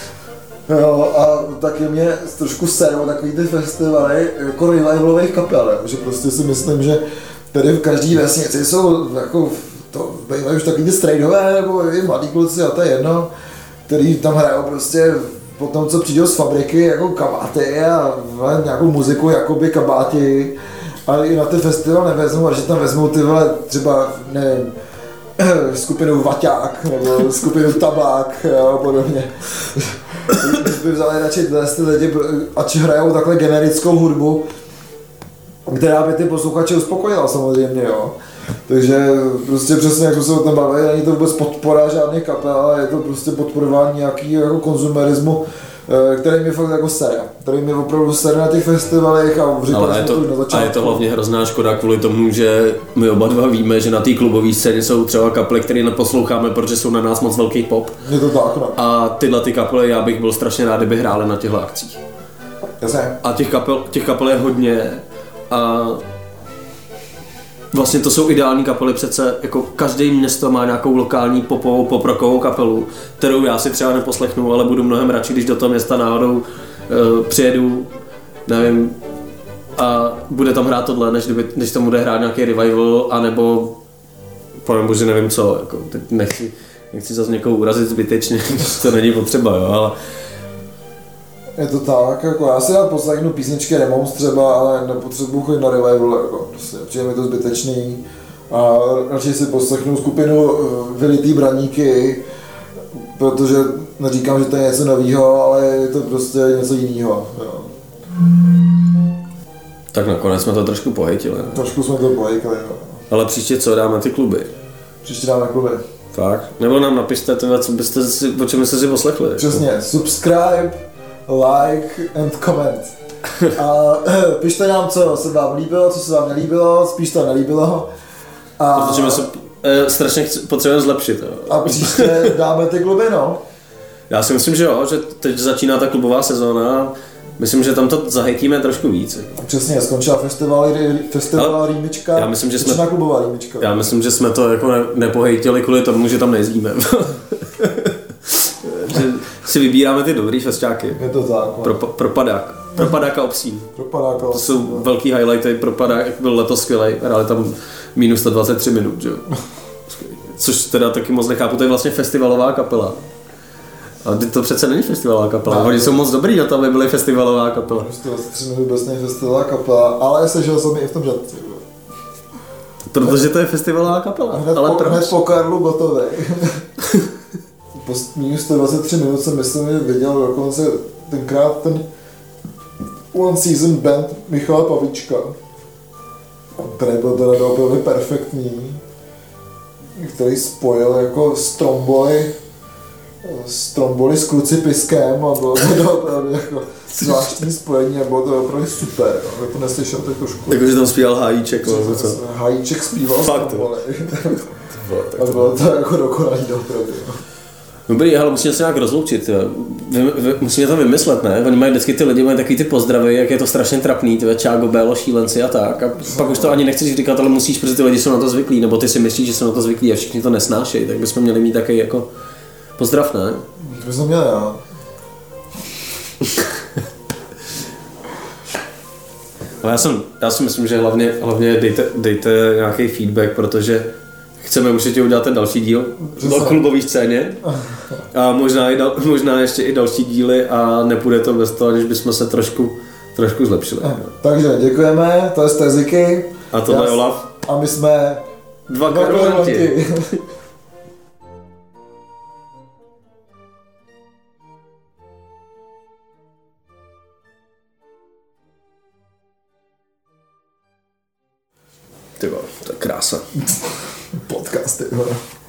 Jo, a taky mě trošku serou takový ty festivaly jako revivalových kapel, že prostě si myslím, že tady v každý vesnici jsou jako, to bývají už takový ty strejdové nebo i mladí kluci a to je jedno, který tam hrajou prostě potom, co přijdou z fabriky jako kabáty a nějakou muziku jakoby kabáti, ale i na ty festival nevezmou, a že tam vezmou ty vole třeba, nevím, skupinu Vaťák nebo skupinu Tabák a podobně. Když by vzali radši ty lidi, ať hrajou takhle generickou hudbu, která by ty posluchače uspokojila samozřejmě, jo. Takže prostě přesně jak jsme se o tom bavili, není to vůbec podpora žádných kapel, ale je to prostě podporování nějaký jako konzumerismu, který mě fakt jako sere, který mě opravdu sere na těch festivalech a říkali jsme to na začátku. A je to hlavně hrozná škoda kvůli tomu, že my oba dva víme, že na té klubové scéně jsou třeba kapely, které neposloucháme, protože jsou na nás moc velký pop. Je to tak, no. A tyhle ty kapely, já bych byl strašně rád, kdyby hráli na těchto akcích. Jasně. A těch kapel je hodně a vlastně to jsou ideální kapely přece, jako každý město má nějakou lokální popovou, poprockovou kapelu, kterou já si třeba neposlechnu, ale budu mnohem radši, když do toho města náhodou přijedu, nevím, a bude tam hrát tohle, než tam bude hrát nějaký revival, anebo, povím bože, nevím co, jako, teď nechci zase někoho urazit zbytečně, to není potřeba, jo, ale je to tak, jako já si rád poslechnu písničky Ramones třeba, ale nepotřebuji chodit na revival, jako prostě, přijde mi to zbytečný. A radši si poslechnu skupinu Vylitý braníky, protože neříkám, že to je něco novýho, ale je to prostě něco jiného. Tak nakonec jsme to trošku pohejtili. Ne? Trošku jsme to pohejtili, no. Ale příště co, dáme ty kluby? Příště dáme kluby. Fakt? Nebo nám napište, o čem jste si poslechli. Přesně, subscribe, like and comment. A pište nám, co se vám líbilo, co se vám nelíbilo, spíš to nelíbilo. A protože my se strašně potřebujeme zlepšit. Jo. A příště dáme ty kluby, no. Já si myslím, že jo, že teď začíná ta klubová sezóna. Myslím, že tam to zahejtíme trošku víc. Přesně, skončila festival Rýmička, já myslím, že jsme, klubová Rýmička. Já myslím, že jsme to jako nepohejtili kvůli tomu, že tam nejezdíme. Že si vybíráme ty dobrý festiáky. Je to tak. Propadák a Obsín. To jsou velký highlighty. Propadák byl letos skvělej, hráli tam minus 123 minut, že? Což teda taky moc nechápu, to je vlastně festivalová kapela. A to přece není festivalová kapela, oni jsou moc dobrý na to, aby byly festivalová kapela. 123 minut vůbec není festivalová kapela, ale sežil jsem i v tom žadci. Protože to je festivalová kapela. Hned po Karlu Gotovej. Po minus 123 minut jsem myslím, že viděl dokonce tenkrát ten One Season Band Michala Pavlíčka, který byl teda opravdu perfektní, který spojil jako Stromboli s Klucipiskem a bylo to opravdu jako zvláštní spojení a bylo to opravdu super, jo. To neslyšel teď trošku. Takže tam zpíval Hájíček. Hájíček zpíval Stromboli. A bylo to jako dokonalý opravdu. Dobrý, ale musíme se nějak rozloučit. Musíme to vymyslet, ne? Oni mají vždycky ty lidi, mají takový ty pozdravy, jak je to strašně trapný, ty Čágo, Bélo, šílenci a tak. A pak už to ani nechceš říkat, ale musíš, protože ty lidi jsou na to zvyklí, nebo ty si myslíš, že jsou na to zvyklí a všichni to nesnášejí, tak bychom měli mít takový jako pozdrav, ne? To bychom měli, jo. Ale já si myslím, že hlavně dejte nějaký feedback, protože chceme určitě udělat ten další díl o klubové scéně a možná ještě i další díly a nepůjde to bez toho, aniž bychom se trošku zlepšili. Takže děkujeme, to je Steziky. A tohle je Olaf. A my jsme dva karolenti. Ty vole, to je krása. Podcasty,